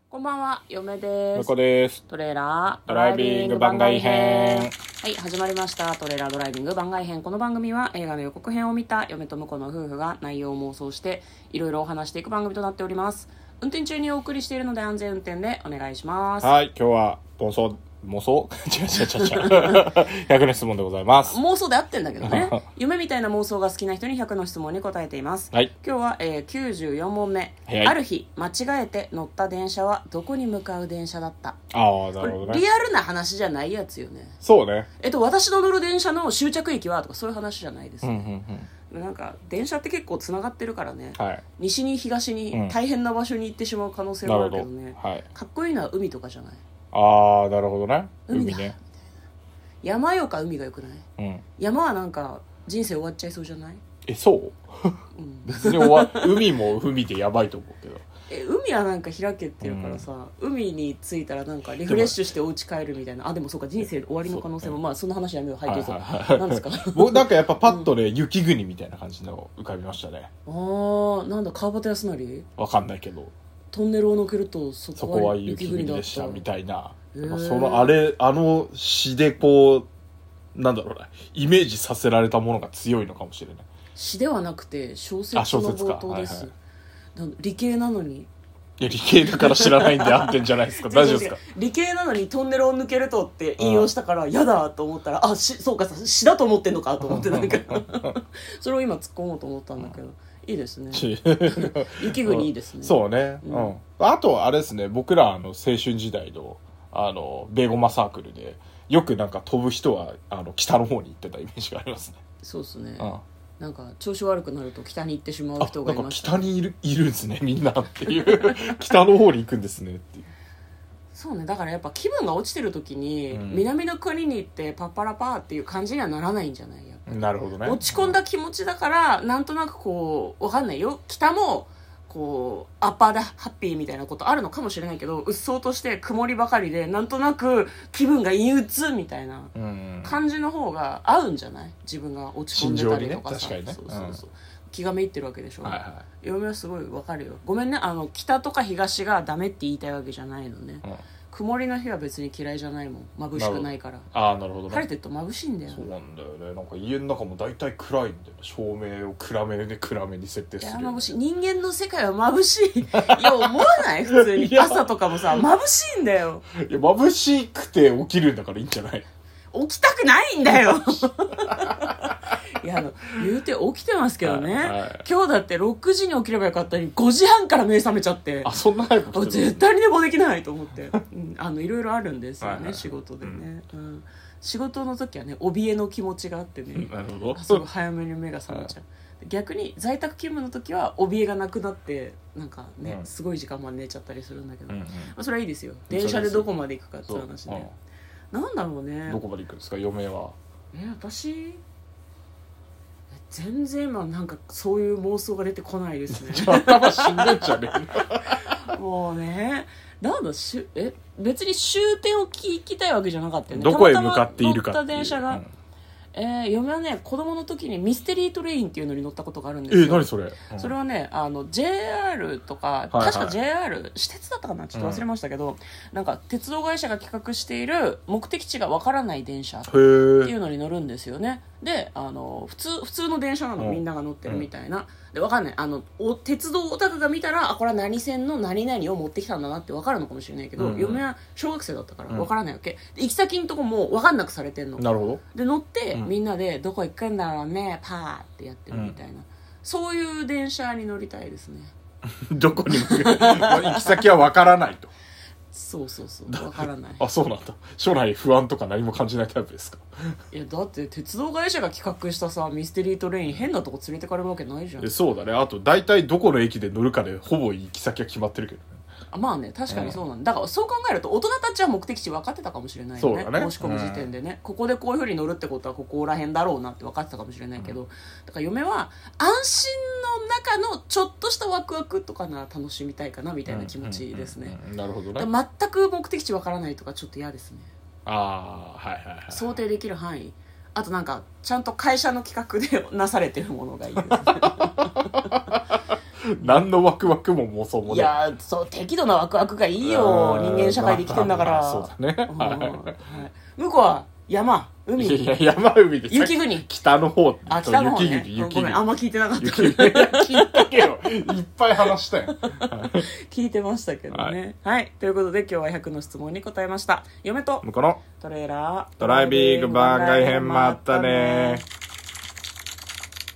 こんばんは、嫁です。 向こうです。 トレーラードドライビング番外編。 はい、始まりました。トレーラードライビング番外編。この番組は映画の予告編を見た嫁と婿の夫婦が内容を妄想していろいろお話していく番組となっております。運転中にお送りしているので安全運転でお願いします。 はい、今日は妄想違う100の質問でございます。 妄想で合ってんだけどね。夢みたいな妄想が好きな人に100の質問に答えています。 はい、 今日は、94問目、 はい、 ある日間違えて乗った電車はどこに向かう電車だった。 ああ、なるほどね。 リアルな話じゃないやつよね。 そうね。 私の乗る電車の終着駅はとかそういう話じゃないです、ねなんか電車って結構つながってるからね、 はい、 西に東に大変な場所に行ってしまう可能性もあるけどね、 はい、 かっこいいのは海とかじゃない。 ああ、なるほどね。 海だね。 山よか海がよくない、 うん、 山はなんか人生終わっちゃいそうじゃない。 そう、別に海も海でやばいと思うけど海はなんか開けてるからさ、海に着いたらなんかリフレッシュしてお家帰るみたいな。でもそうか、人生終わりの可能性も、まあそんな話やめよう。はい、どうぞ。何ですか。 僕なんかやっぱパッとね、雪国みたいな感じの浮かびましたね。 なんだ、川端康成わかんないけどトンネルを抜けるとそこは雪国でしたみたいな、 その詩でこうなんだろうな、イメージさせられたものが強いのかもしれない。 詩ではなくて小説の冒頭です、理系なのに。 いや理系だから知らないんで合ってんじゃないですか。大丈夫ですか。 理系なのにトンネルを抜けるとって引用したから嫌だと思ったら、そうか、詩だと思ってんのかと思ってなんかそれを今突っ込もうと思ったんだけど、いいですね雪国いいですね。 そうね、あとあれですね、僕ら青春時代のベーゴマサークルでよくなんか飛ぶ人は北の方に行ってたイメージがありますね。 そうですね、なんか調子悪くなると北に行ってしまう人がいました、 なんか北にいるんですねみんなっていう北の方に行くんですねっていう。 そうね、だからやっぱ気分が落ちてる時に、南の国に行ってパッパラパーっていう感じにはならないんじゃない。やっぱなるほどね。 落ち込んだ気持ちだから、なんとなくこうわかんないよ、北もこうアッパーでハッピーみたいなことあるのかもしれないけど、うっそうとして曇りばかりでなんとなく気分が憂鬱みたいな感じの方が合うんじゃない。自分が落ち込んでたりとかさ、 心情にね、確かにね、 気がめいってるわけでしょ、 はいはい、 嫁はすごいわかるよ。ごめんね、北とか東がダメって言いたいわけじゃないのね、曇りの日は別に嫌いじゃないもん、眩しくないから。 なるほどね。 晴れてると眩しいんだよ。 そうなんだよね。なんか家の中も大体暗いんだよ。照明を暗めに設定する。 いや眩しい。人間の世界は眩しいいや思わない普通に朝とかもさ眩しいんだよ。 いや眩しくて起きるんだからいいんじゃない。 起きたくないんだよいや言うて起きてますけどね、今日だって6時に起きればよかったのに5時半から目覚めちゃって、 そんな早く起きてる。 絶対に寝坊できないと思って、いろいろあるんですよね、仕事でね、仕事の時はね怯えの気持ちがあってね、 なるほど、 すごい早めに目が覚めちゃう、逆に在宅勤務の時は怯えがなくなってなんかね、すごい時間まで寝ちゃったりするんだけど、それはいいですよ。電車でどこまで行くかっていう話ね、なんだろうね。 どこまで行くんですか嫁は。 私全然今なんかそういう妄想が出てこないですね頭しんどいんじゃねえもうね、なんだ別に終点を聞きたいわけじゃなかったよね。 どこへ向かっているかっていう。 乗った電車が、嫁はね子供の時にミステリートレインっていうのに乗ったことがあるんですよ。 何それ、 それはねJR とか、確か JR 私鉄だったかな、ちょっと忘れましたけど、なんか鉄道会社が企画している目的地がわからない電車っていうのに乗るんですよね。で普通の電車なの、みんなが乗ってるみたいな、でわかんない、鉄道オタクが見たらこれは何線の何々を持ってきたんだなってわかるのかもしれないけど、嫁は小学生だったからわからないわけ、で行き先のとこもわかんなくされてんの。 なるほど。 で乗って、みんなでどこ行くんだろうねパーってやってるみたいな、そういう電車に乗りたいですねどこに行き先はわからないと。 そうわからないそうなんだ。将来不安とか何も感じないタイプですか。 いやだって鉄道会社が企画したさミステリートレイン変なとこ連れてかれるわけないじゃん。 そうだね。あと大体どこの駅で乗るかでほぼ行き先は決まってるけどね。 まあね、確かにそうなんだ、だからそう考えると大人たちは目的地分かってたかもしれないよ ね、申し込む時点でね、ここでこういう風に乗るってことはここら辺だろうなって分かってたかもしれないけど、だから嫁は安心の中のちょっとしたワクワクとかなら楽しみたいかなみたいな気持ちですね。 なるほどね。 全く目的地分からないとかちょっと嫌ですね。 はい想定できる範囲、あとなんかちゃんと会社の企画でなされてるものがいいですね何のワクワクも妄想もね。 いやそう適度なワクワクがいいよ、人間社会で生きてんだから、 そうだね、 はい、向こうは山海、 いや山海で雪国、 北の方、 あ北の方ね、 雪国ごめんあんま聞いてなかった聞いたけどいっぱい話したよ聞いてましたけどね、はい、ということで今日は100の質問に答えました。嫁と向こうのトレーラードライビング番外編もあったね。